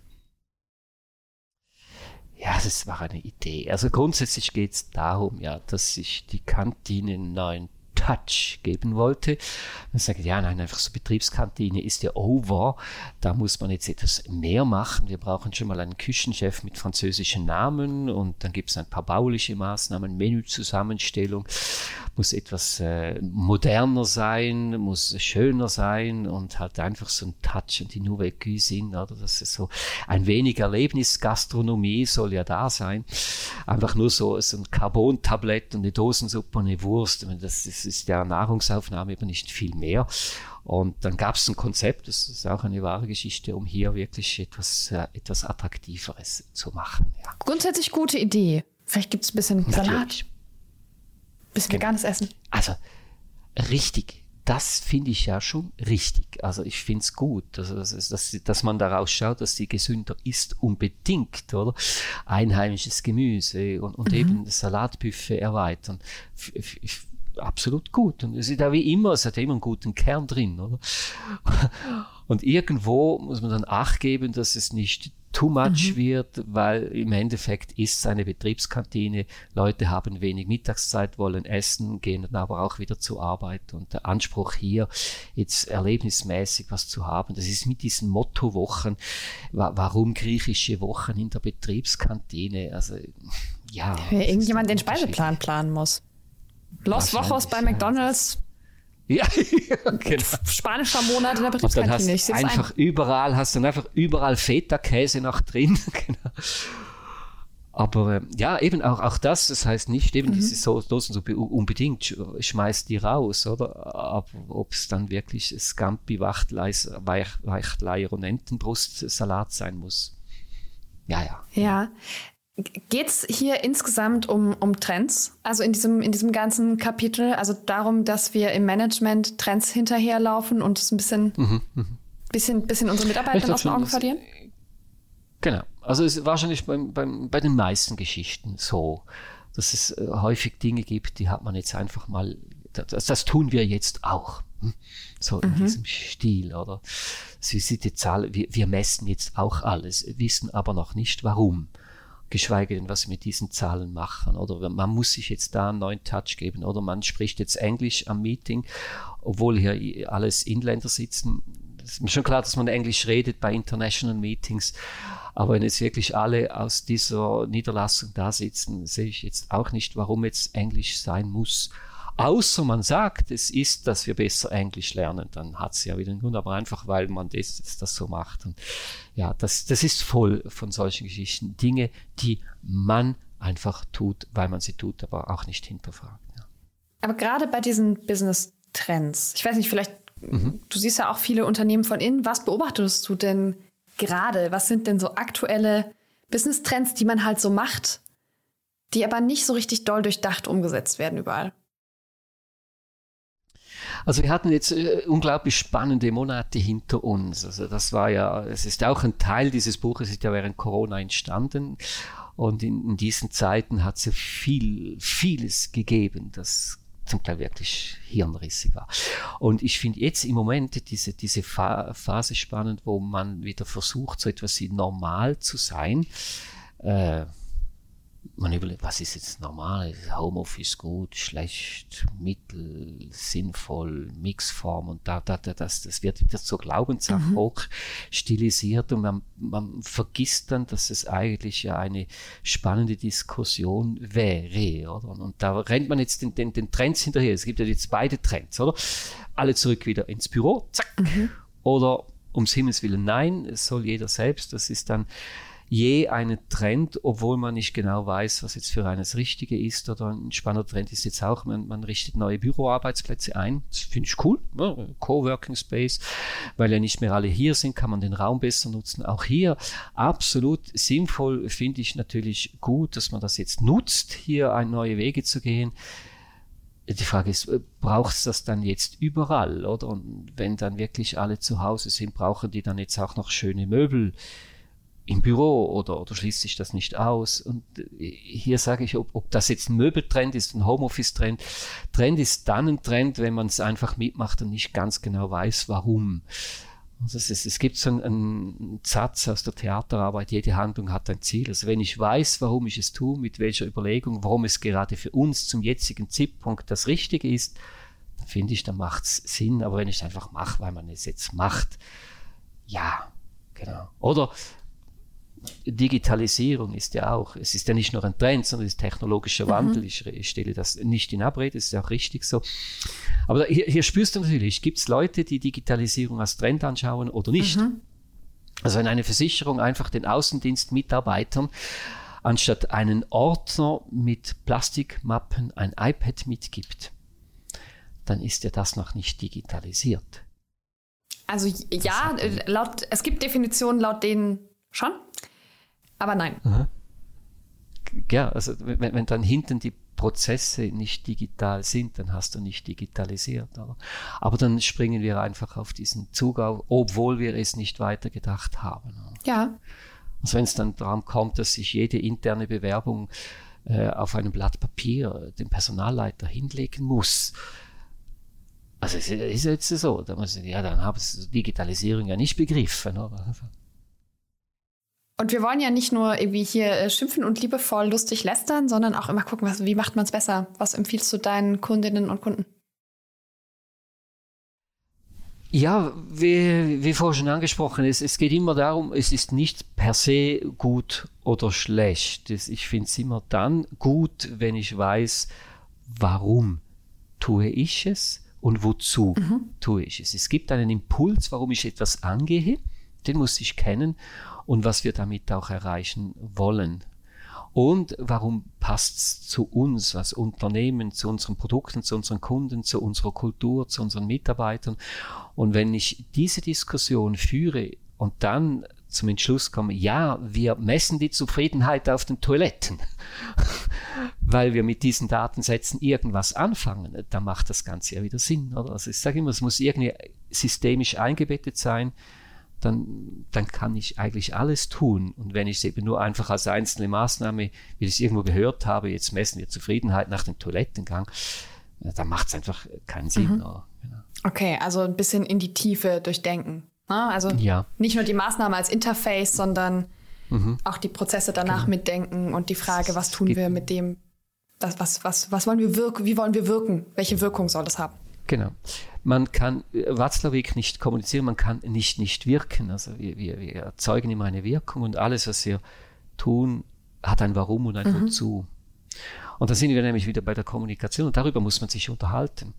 Ja, das war eine Idee. Also grundsätzlich geht es darum, ja, dass sich die Kantine einen neuen Touch geben wollte. Dann sage ich, ja, nein, einfach so Betriebskantine ist ja over. Da muss man jetzt etwas mehr machen. Wir brauchen schon mal einen Küchenchef mit französischen Namen und dann gibt es ein paar bauliche Maßnahmen, Menüzusammenstellung, muss etwas moderner sein, muss schöner sein und halt einfach so ein Touch und die Nouvelle Cuisine, oder? Das ist so ein wenig Erlebnisgastronomie soll ja da sein. Einfach nur so ein Carbon-Tablett und eine Dosensuppe und eine Wurst. Das ist der Nahrungsaufnahme aber nicht viel mehr. Und dann gab es ein Konzept, das ist auch eine wahre Geschichte, um hier wirklich etwas Attraktiveres zu machen. Ja. Grundsätzlich gute Idee. Vielleicht gibt es ein bisschen Salat, bisschen veganes Essen. Also richtig, das finde ich ja schon richtig. Also ich finde es gut, dass man daraus schaut, dass die gesünder ist, unbedingt, oder? Einheimisches Gemüse und eben das Salatbuffet erweitern. Absolut gut. Und es ist ja wie immer, es hat immer einen guten Kern drin, oder? Und irgendwo muss man dann Acht geben, dass es nicht too much wird, weil im Endeffekt ist es eine Betriebskantine. Leute haben wenig Mittagszeit, wollen essen, gehen dann aber auch wieder zur Arbeit. Und der Anspruch hier, jetzt erlebnismäßig was zu haben, das ist mit diesen Mottowochen. Warum griechische Wochen in der Betriebskantine? Also, ja. Wenn irgendjemand den Speiseplan planen muss. Los Wochos bei McDonald's. Ja, genau. Spanischer Monat in der Betriebskantine. Und dann hast du einfach überall Feta-Käse noch drin. Genau. Aber ja, eben auch das heißt nicht eben diese Dosensuppe unbedingt, schmeißt die raus, oder? Aber ob es dann wirklich Scampi, Weichleier und Entenbrustsalat sein muss. Ja. Ja. Geht es hier insgesamt um Trends? Also in diesem ganzen Kapitel, also darum, dass wir im Management Trends hinterherlaufen und es ein bisschen unsere Mitarbeiter aus den Augen verlieren? Genau. Also es ist wahrscheinlich bei den meisten Geschichten so, dass es häufig Dinge gibt, die hat man jetzt einfach mal, das tun wir jetzt auch. So in diesem Stil, oder? Wir messen jetzt auch alles, wissen aber noch nicht warum. Geschweige denn, was wir mit diesen Zahlen machen. Oder man muss sich jetzt da einen neuen Touch geben. Oder man spricht jetzt Englisch am Meeting, obwohl hier alles Inländer sitzen. Es ist mir schon klar, dass man Englisch redet bei International Meetings. Aber wenn jetzt wirklich alle aus dieser Niederlassung da sitzen, sehe ich jetzt auch nicht, warum jetzt Englisch sein muss. Außer man sagt, es ist, dass wir besser Englisch lernen, dann hat es ja wieder einen Grund, aber einfach, weil man das so macht. Und ja, das ist voll von solchen Geschichten. Dinge, die man einfach tut, weil man sie tut, aber auch nicht hinterfragt. Ja. Aber gerade bei diesen Business-Trends, ich weiß nicht, vielleicht, du siehst ja auch viele Unternehmen von innen, was beobachtest du denn gerade? Was sind denn so aktuelle Business-Trends, die man halt so macht, die aber nicht so richtig doll durchdacht umgesetzt werden überall? Also wir hatten jetzt unglaublich spannende Monate hinter uns. Also das war ja, es ist auch ein Teil dieses Buches, ist ja während Corona entstanden. Und in diesen Zeiten hat es ja vieles gegeben, das zum Teil wirklich hirnrissig war. Und ich finde jetzt im Moment diese Phase spannend, wo man wieder versucht, so etwas wie normal zu sein. Man überlegt, was ist jetzt normal? Homeoffice gut, schlecht, mittel, sinnvoll, Mixform und das wird wieder zur Glaubenssache hoch stilisiert und man vergisst dann, dass es eigentlich ja eine spannende Diskussion wäre, oder? Und da rennt man jetzt den Trends hinterher. Es gibt ja jetzt beide Trends, oder? Alle zurück wieder ins Büro, zack. Oder ums Himmels Willen, nein, es soll jeder selbst. Das ist dann je einen Trend, obwohl man nicht genau weiß, was jetzt für eines Richtige ist. Oder ein spannender Trend ist jetzt auch, man richtet neue Büroarbeitsplätze ein. Das finde ich cool. Ne? Coworking Space, weil ja nicht mehr alle hier sind, kann man den Raum besser nutzen. Auch hier absolut sinnvoll, finde ich natürlich gut, dass man das jetzt nutzt, hier neue Wege zu gehen. die Frage ist, braucht es das dann jetzt überall, oder? Und wenn dann wirklich alle zu Hause sind, brauchen die dann jetzt auch noch schöne Möbel im Büro oder schließt sich das nicht aus? Und hier sage ich, ob das jetzt ein Möbeltrend ist, ein Homeoffice-Trend. Trend ist dann ein Trend, wenn man es einfach mitmacht und nicht ganz genau weiß, warum. Also es gibt so einen Satz aus der Theaterarbeit, jede Handlung hat ein Ziel. Also wenn ich weiß, warum ich es tue, mit welcher Überlegung, warum es gerade für uns zum jetzigen Zeitpunkt das Richtige ist, dann finde ich, dann macht es Sinn. Aber wenn ich es einfach mache, weil man es jetzt macht, ja, genau. Oder Digitalisierung ist ja auch, es ist ja nicht nur ein Trend, sondern es ist technologischer Wandel. Ich stelle das nicht in Abrede, das ist auch richtig so. Aber hier spürst du natürlich, gibt es Leute, die Digitalisierung als Trend anschauen oder nicht. Also wenn eine Versicherung einfach den Außendienstmitarbeitern anstatt einen Ordner mit Plastikmappen ein iPad mitgibt, dann ist ja das noch nicht digitalisiert. Also ja, es gibt Definitionen, laut denen schon, aber nein. Ja, also wenn dann hinten die Prozesse nicht digital sind, dann hast du nicht digitalisiert. Aber dann springen wir einfach auf diesen Zug auf, obwohl wir es nicht weiter gedacht haben. Ja. Also wenn es dann darum kommt, dass sich jede interne Bewerbung auf einem Blatt Papier dem Personalleiter hinlegen muss, also es ist jetzt so, dann haben sie Digitalisierung ja nicht begriffen, oder? Und wir wollen ja nicht nur irgendwie hier schimpfen und liebevoll lustig lästern, sondern auch immer gucken, wie macht man es besser? Was empfiehlst du deinen Kundinnen und Kunden? Ja, wie vorhin schon angesprochen, es geht immer darum, es ist nicht per se gut oder schlecht. Ich finde es immer dann gut, wenn ich weiß, warum tue ich es und wozu tue ich es. Es gibt einen Impuls, warum ich etwas angehe, den muss ich kennen. Und was wir damit auch erreichen wollen. Und warum passt es zu uns als Unternehmen, zu unseren Produkten, zu unseren Kunden, zu unserer Kultur, zu unseren Mitarbeitern. Und wenn ich diese Diskussion führe und dann zum Entschluss komme, ja, wir messen die Zufriedenheit auf den Toiletten, weil wir mit diesen Datensätzen irgendwas anfangen, dann macht das Ganze ja wieder Sinn. Oder? Also ich sage immer, es muss irgendwie systemisch eingebettet sein, dann kann ich eigentlich alles tun. Und wenn ich es eben nur einfach als einzelne Maßnahme, wie ich es irgendwo gehört habe, jetzt messen wir Zufriedenheit nach dem Toilettengang, dann macht es einfach keinen Sinn. Genau. Okay, also ein bisschen in die Tiefe durchdenken. Also nicht nur die Maßnahme als Interface, sondern auch die Prozesse danach mitdenken und die Frage, was tun wir mit dem, was wollen wir wirken, wie wollen wir wirken, welche Wirkung soll das haben? Genau. Man kann Watzlawick nicht kommunizieren, man kann nicht wirken. Also wir erzeugen immer eine Wirkung und alles, was wir tun, hat ein Warum und ein Wozu. Und da sind wir nämlich wieder bei der Kommunikation und darüber muss man sich unterhalten.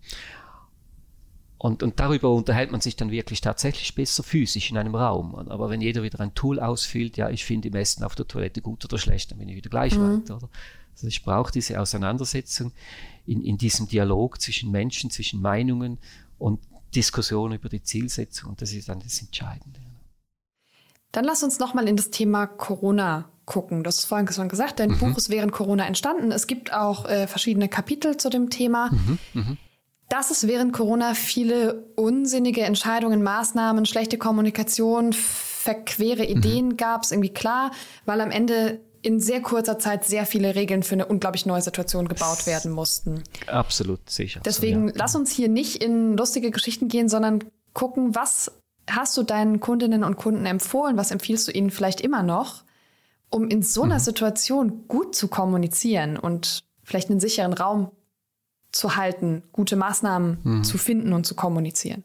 Und darüber unterhält man sich dann wirklich tatsächlich besser physisch in einem Raum. Aber wenn jeder wieder ein Tool ausfüllt, ja, ich finde im Essen auf der Toilette gut oder schlecht, dann bin ich wieder gleich weit, oder? Also ich brauche diese Auseinandersetzung in diesem Dialog zwischen Menschen, zwischen Meinungen und Diskussion über die Zielsetzung. Und das ist dann das Entscheidende. Dann lass uns nochmal in das Thema Corona gucken. Du hast es vorhin schon gesagt, dein Buch ist während Corona entstanden. Es gibt auch verschiedene Kapitel zu dem Thema. Dass es während Corona viele unsinnige Entscheidungen, Maßnahmen, schlechte Kommunikation, verquere Ideen gab, ist irgendwie klar, weil am Ende in sehr kurzer Zeit sehr viele Regeln für eine unglaublich neue Situation gebaut werden mussten. Absolut, sicher. Deswegen lass uns hier nicht in lustige Geschichten gehen, sondern gucken, was hast du deinen Kundinnen und Kunden empfohlen, was empfiehlst du ihnen vielleicht immer noch, um in so einer Situation gut zu kommunizieren und vielleicht einen sicheren Raum zu halten, gute Maßnahmen zu finden und zu kommunizieren?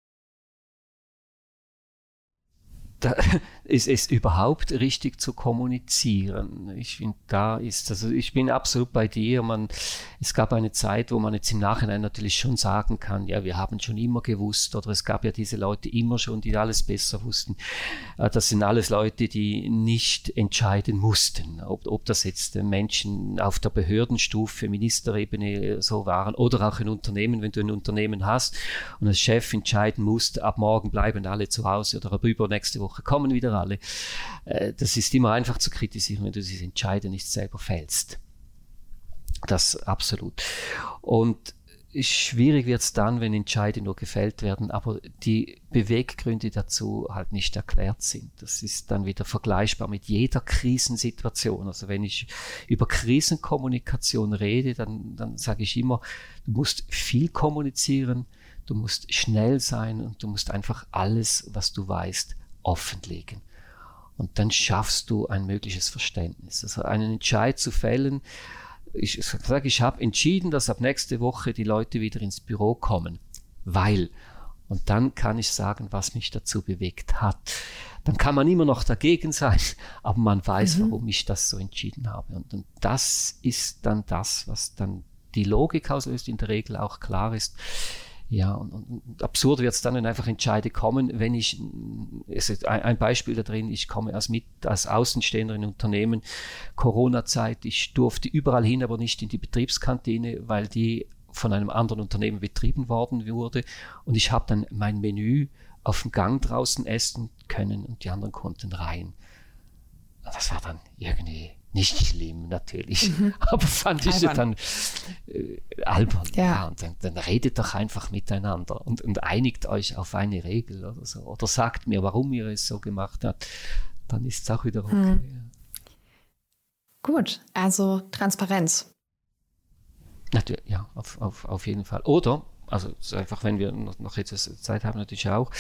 Da ist es überhaupt richtig zu kommunizieren. Ich finde, ich bin absolut bei dir. Es gab eine Zeit, wo man jetzt im Nachhinein natürlich schon sagen kann, ja, wir haben schon immer gewusst, oder es gab ja diese Leute immer schon, die alles besser wussten. Das sind alles Leute, die nicht entscheiden mussten, ob das jetzt Menschen auf der Behördenstufe, Ministerebene so waren oder auch in Unternehmen, wenn du ein Unternehmen hast und als Chef entscheiden musst, ab morgen bleiben alle zu Hause oder ab übernächste Woche kommen wieder alle. Das ist immer einfach zu kritisieren, wenn du diese Entscheidung nicht selber fällst. Das absolut. Und schwierig wird es dann, wenn Entscheide nur gefällt werden, aber die Beweggründe dazu halt nicht erklärt sind. Das ist dann wieder vergleichbar mit jeder Krisensituation. Also wenn ich über Krisenkommunikation rede, dann sage ich immer, du musst viel kommunizieren, du musst schnell sein und du musst einfach alles, was du weißt, offenlegen. Und dann schaffst du ein mögliches Verständnis. Also einen Entscheid zu fällen, ich habe entschieden, dass ab nächste Woche die Leute wieder ins Büro kommen, weil, und dann kann ich sagen, was mich dazu bewegt hat. Dann kann man immer noch dagegen sein, aber man weiß, warum ich das so entschieden habe. Und das ist dann das, was dann die Logik auslöst, in der Regel auch klar ist. Ja, und absurd wird es dann, wenn einfach Entscheide kommen, wenn es ist ein Beispiel da drin, ich komme als Außenstehender in Unternehmen, Corona-Zeit, ich durfte überall hin, aber nicht in die Betriebskantine, weil die von einem anderen Unternehmen betrieben worden wurde und ich habe dann mein Menü auf dem Gang draußen essen können und die anderen konnten rein. Das war dann irgendwie nicht schlimm, natürlich, aber fand ich dann albern. Ja. Und dann redet doch einfach miteinander und einigt euch auf eine Regel oder so. Oder sagt mir, warum ihr es so gemacht habt. Dann ist es auch wieder okay. Ja. Gut, also Transparenz. Natürlich, ja, auf jeden Fall. Oder, also einfach, wenn wir noch jetzt Zeit haben, natürlich auch,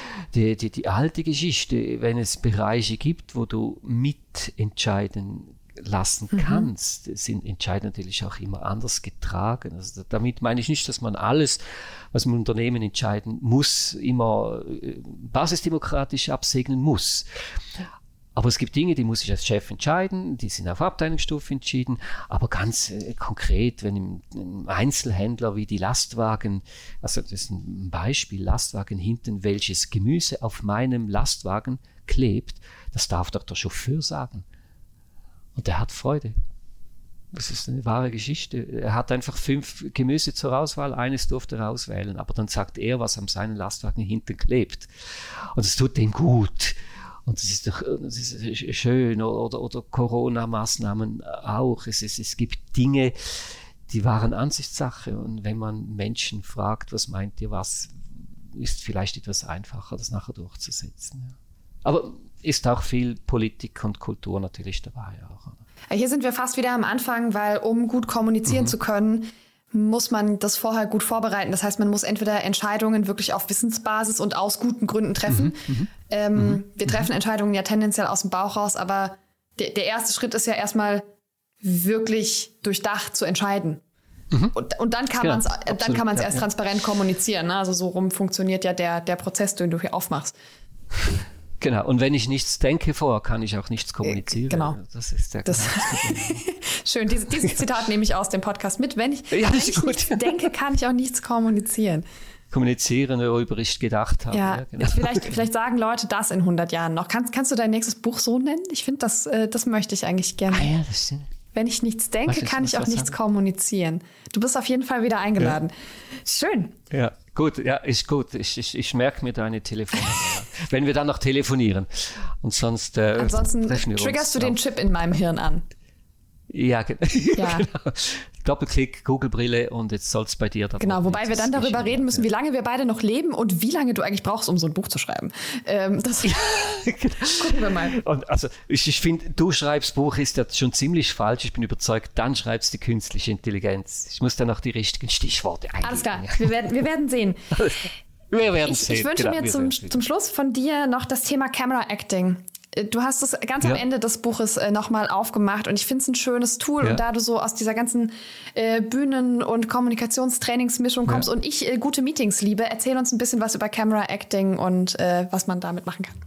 die alte Geschichte, wenn es Bereiche gibt, wo du mitentscheiden lassen kannst, sind Entscheidungen natürlich auch immer anders getragen. Also damit meine ich nicht, dass man alles, was man im Unternehmen entscheiden muss, immer basisdemokratisch absegnen muss. Aber es gibt Dinge, die muss ich als Chef entscheiden, die sind auf Abteilungsstufe entschieden, aber ganz konkret, wenn ein Einzelhändler wie die Lastwagen, also das ist ein Beispiel, Lastwagen hinten, welches Gemüse auf meinem Lastwagen klebt, das darf doch der Chauffeur sagen. Und er hat Freude. Das ist eine wahre Geschichte. Er hat einfach 5 Gemüse zur Auswahl, eines durfte er auswählen, aber dann sagt er, was an seinem Lastwagen hinten klebt. Und es tut ihm gut. Und das ist schön. Oder Corona-Maßnahmen auch. Es gibt Dinge, die waren Ansichtssache. Und wenn man Menschen fragt, was meint ihr, was, ist vielleicht etwas einfacher, das nachher durchzusetzen. Ja. Aber ist auch viel Politik und Kultur natürlich dabei auch. Hier sind wir fast wieder am Anfang, weil um gut kommunizieren zu können, muss man das vorher gut vorbereiten. Das heißt, man muss entweder Entscheidungen wirklich auf Wissensbasis und aus guten Gründen treffen. Wir treffen Entscheidungen ja tendenziell aus dem Bauch raus, aber der erste Schritt ist ja erstmal wirklich durchdacht zu entscheiden. Und dann kann man es erst transparent kommunizieren. Ne? Also so rum funktioniert ja der Prozess, den du hier aufmachst. Genau, und wenn ich nichts denke vorher, kann ich auch nichts kommunizieren. Genau. Das ist sehr Schön, dieses Zitat nehme ich aus dem Podcast mit. Wenn ich nichts denke, kann ich auch nichts kommunizieren. Kommunizieren, worüber ich gedacht habe. Ja, genau. Vielleicht sagen Leute das in 100 Jahren noch. Kannst du dein nächstes Buch so nennen? Ich finde, das möchte ich eigentlich gerne. Ah, ja, das stimmt. Wenn ich nichts denke, kann ich auch nichts kommunizieren. Du bist auf jeden Fall wieder eingeladen. Ja. Schön. Ja, gut. Ja, ist gut. Ich merke mir deine Telefonnummer. Wenn wir dann noch telefonieren. Und sonst ansonsten triggerst du den Chip in meinem Hirn an. Ja, genau. Doppelklick, Google-Brille und jetzt soll es bei dir da. Genau, wobei wir dann darüber reden müssen, wie lange wir beide noch leben und wie lange du eigentlich brauchst, um so ein Buch zu schreiben. Das gucken wir mal. Und also ich finde, du schreibst Buch ist ja schon ziemlich falsch. Ich bin überzeugt, dann schreibst du die künstliche Intelligenz. Ich muss dann noch die richtigen Stichworte eingeben. Alles klar, wir werden sehen. Wir werden sehen. Ich wünsche mir zum Schluss von dir noch das Thema Camera Acting. Du hast es ganz am Ende des Buches nochmal aufgemacht und ich finde es ein schönes Tool. Und da du so aus dieser ganzen Bühnen- und Kommunikationstrainingsmischung kommst und ich gute Meetings liebe, erzähl uns ein bisschen was über Camera Acting und was man damit machen kann.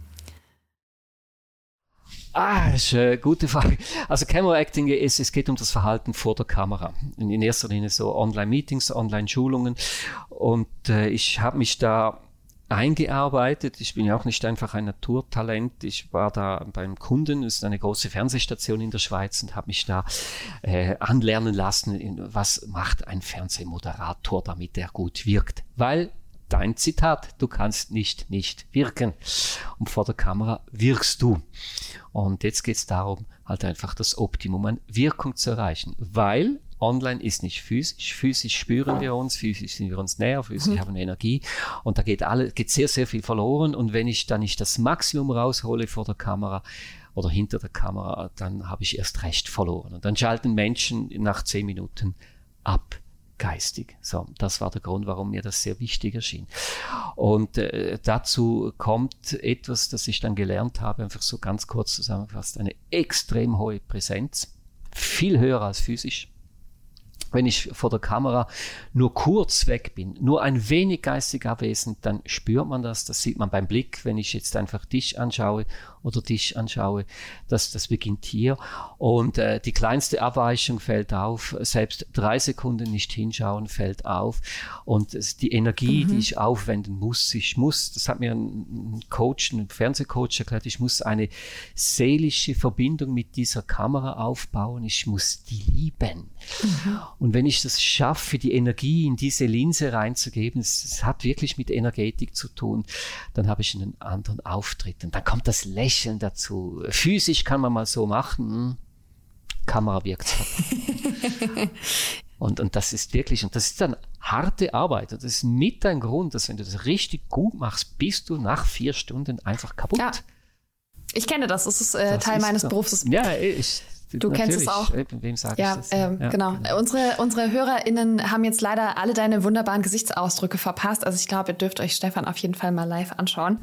Das ist eine gute Frage. Also Camera Acting es geht um das Verhalten vor der Kamera. In erster Linie so Online-Meetings, Online-Schulungen. Und ich habe mich da eingearbeitet. Ich bin ja auch nicht einfach ein Naturtalent. Ich war da beim Kunden, das ist eine große Fernsehstation in der Schweiz und habe mich da anlernen lassen, was macht ein Fernsehmoderator, damit er gut wirkt. Weil dein Zitat, du kannst nicht wirken. Und vor der Kamera wirkst du. Und jetzt geht es darum, halt einfach das Optimum an Wirkung zu erreichen. Weil online ist nicht physisch. Physisch spüren wir uns, physisch sind wir uns näher, physisch haben wir Energie und da geht sehr, sehr viel verloren und wenn ich dann nicht das Maximum raushole vor der Kamera oder hinter der Kamera, dann habe ich erst recht verloren. Und dann schalten Menschen nach 10 Minuten ab. Geistig. So, das war der Grund, warum mir das sehr wichtig erschien. Und dazu kommt etwas, das ich dann gelernt habe, einfach so ganz kurz zusammengefasst, eine extrem hohe Präsenz, viel höher als physisch. Wenn ich vor der Kamera nur kurz weg bin, nur ein wenig geistig abwesend, dann spürt man das. Das sieht man beim Blick, wenn ich jetzt einfach dich anschaue oder dich anschaue. Das beginnt hier. Und die kleinste Abweichung fällt auf. Selbst 3 Sekunden nicht hinschauen fällt auf. Und die Energie, die ich aufwenden muss, das hat mir ein Coach, ein Fernsehcoach erklärt, ich muss eine seelische Verbindung mit dieser Kamera aufbauen. Ich muss die lieben. Und wenn ich das schaffe, die Energie in diese Linse reinzugeben, es hat wirklich mit Energetik zu tun, dann habe ich einen anderen Auftritt. Und dann kommt das Lächeln dazu. Physisch kann man mal so machen, Kamera wirkt. Und das ist wirklich, und das ist dann harte Arbeit. Und das ist mit ein Grund, dass wenn du das richtig gut machst, bist du nach 4 Stunden einfach kaputt. Ja. Ich kenne das, es ist Teil meines Berufs. Ja, du kennst es auch. Wem sage ich das? Genau. Unsere HörerInnen haben jetzt leider alle deine wunderbaren Gesichtsausdrücke verpasst. Also ich glaube, ihr dürft euch Stefan auf jeden Fall mal live anschauen.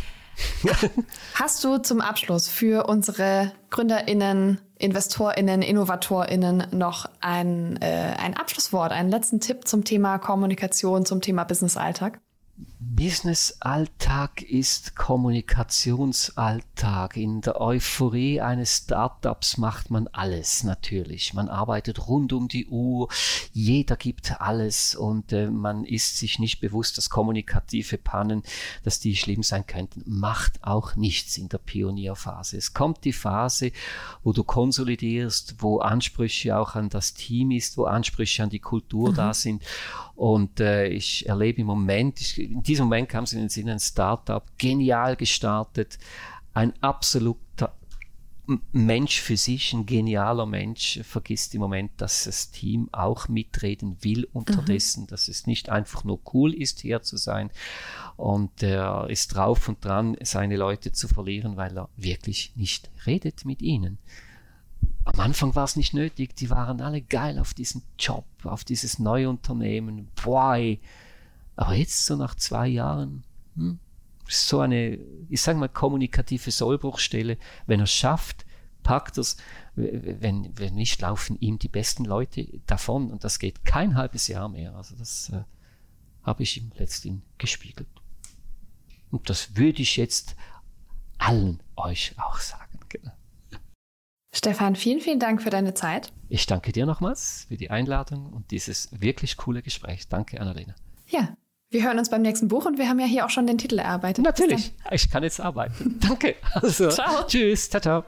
Hast du zum Abschluss für unsere GründerInnen, InvestorInnen, InnovatorInnen noch ein Abschlusswort, einen letzten Tipp zum Thema Kommunikation, zum Thema Business-Alltag? Business-Alltag ist Kommunikationsalltag. In der Euphorie eines Startups macht man alles natürlich. Man arbeitet rund um die Uhr, jeder gibt alles und man ist sich nicht bewusst, dass kommunikative Pannen, dass die schlimm sein könnten. Macht auch nichts in der Pionierphase. Es kommt die Phase, wo du konsolidierst, wo Ansprüche auch an das Team ist, wo Ansprüche an die Kultur da sind. Und ich erlebe im Moment, in diesem Moment kam es in den Sinn, ein Startup, genial gestartet, ein absoluter Mensch für sich, ein genialer Mensch, vergisst im Moment, dass das Team auch mitreden will unterdessen, dass es nicht einfach nur cool ist, hier zu sein. Und er ist drauf und dran, seine Leute zu verlieren, weil er wirklich nicht redet mit ihnen. Am Anfang war es nicht nötig, die waren alle geil auf diesen Job, auf dieses neue Unternehmen. Boah, aber jetzt so nach 2 Jahren, so eine, ich sage mal, kommunikative Sollbruchstelle. Wenn er es schafft, packt er es. Wenn nicht, laufen ihm die besten Leute davon. Und das geht kein halbes Jahr mehr. Also das habe ich ihm letztendlich gespiegelt. Und das würde ich jetzt allen euch auch sagen. Genau. Stefan, vielen, vielen Dank für deine Zeit. Ich danke dir nochmals für die Einladung und dieses wirklich coole Gespräch. Danke, Annalena. Ja, wir hören uns beim nächsten Buch und wir haben ja hier auch schon den Titel erarbeitet. Natürlich, ich kann jetzt arbeiten. Danke. Also, ciao. Tschüss, ciao.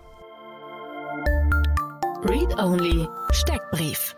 Read Only Steckbrief.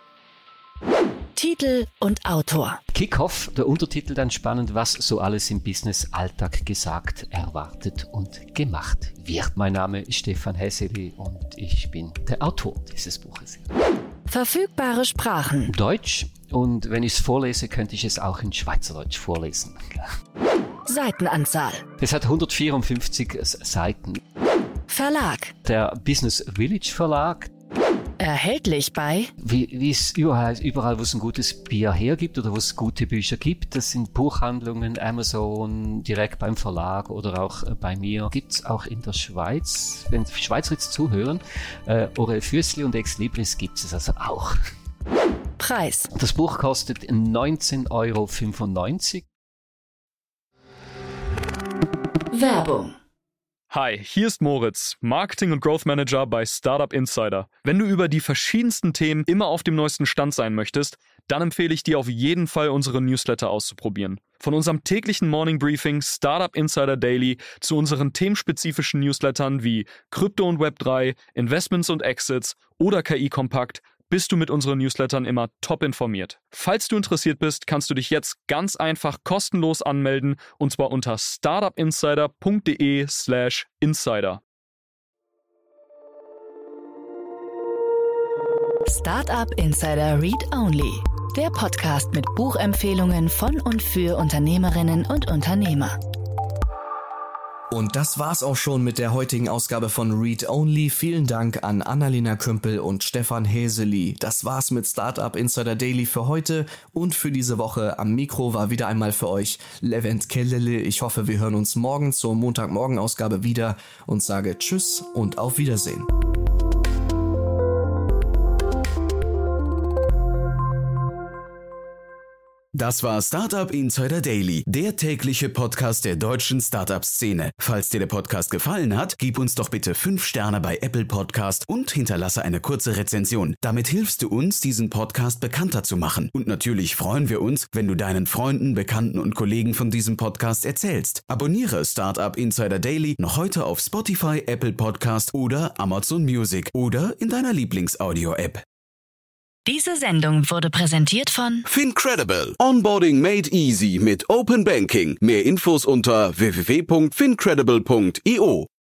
Titel und Autor. Kickoff, der Untertitel dann spannend, was so alles im Business-Alltag gesagt, erwartet und gemacht wird. Mein Name ist Stefan Häseli und ich bin der Autor dieses Buches. Verfügbare Sprachen. Deutsch und wenn ich es vorlese, könnte ich es auch in Schweizerdeutsch vorlesen. Seitenanzahl. Es hat 154 Seiten. Verlag. Der Business Village Verlag. Erhältlich bei? Wie es überall, wo es ein gutes Bier hergibt oder wo es gute Bücher gibt, das sind Buchhandlungen, Amazon, direkt beim Verlag oder auch bei mir. Gibt es auch in der Schweiz, wenn Schweizer jetzt zuhören, Orel Füssli und Ex Libris gibt es also auch. Preis. Das Buch kostet 19,95 €. Werbung. Hi, hier ist Moritz, Marketing- und Growth Manager bei Startup Insider. Wenn du über die verschiedensten Themen immer auf dem neuesten Stand sein möchtest, dann empfehle ich dir auf jeden Fall unsere Newsletter auszuprobieren. Von unserem täglichen Morning Briefing Startup Insider Daily zu unseren themenspezifischen Newslettern wie Krypto und Web3, Investments und Exits oder KI Kompakt, bist du mit unseren Newslettern immer top informiert. Falls du interessiert bist, kannst du dich jetzt ganz einfach kostenlos anmelden und zwar unter startupinsider.de/insider. Startup Insider Read Only. Der Podcast mit Buchempfehlungen von und für Unternehmerinnen und Unternehmer. Und das war's auch schon mit der heutigen Ausgabe von Read Only. Vielen Dank an Annalena Kümpel und Stefan Häseli. Das war's mit Startup Insider Daily für heute und für diese Woche. Am Mikro war wieder einmal für euch Levent Kellele. Ich hoffe, wir hören uns morgen zur Montagmorgen-Ausgabe wieder und sage Tschüss und auf Wiedersehen. Das war Startup Insider Daily, der tägliche Podcast der deutschen Startup-Szene. Falls dir der Podcast gefallen hat, gib uns doch bitte 5 Sterne bei Apple Podcast und hinterlasse eine kurze Rezension. Damit hilfst du uns, diesen Podcast bekannter zu machen. Und natürlich freuen wir uns, wenn du deinen Freunden, Bekannten und Kollegen von diesem Podcast erzählst. Abonniere Startup Insider Daily noch heute auf Spotify, Apple Podcast oder Amazon Music oder in deiner Lieblings-Audio-App. Diese Sendung wurde präsentiert von Fincredible. Onboarding made easy mit Open Banking. Mehr Infos unter www.fincredible.io.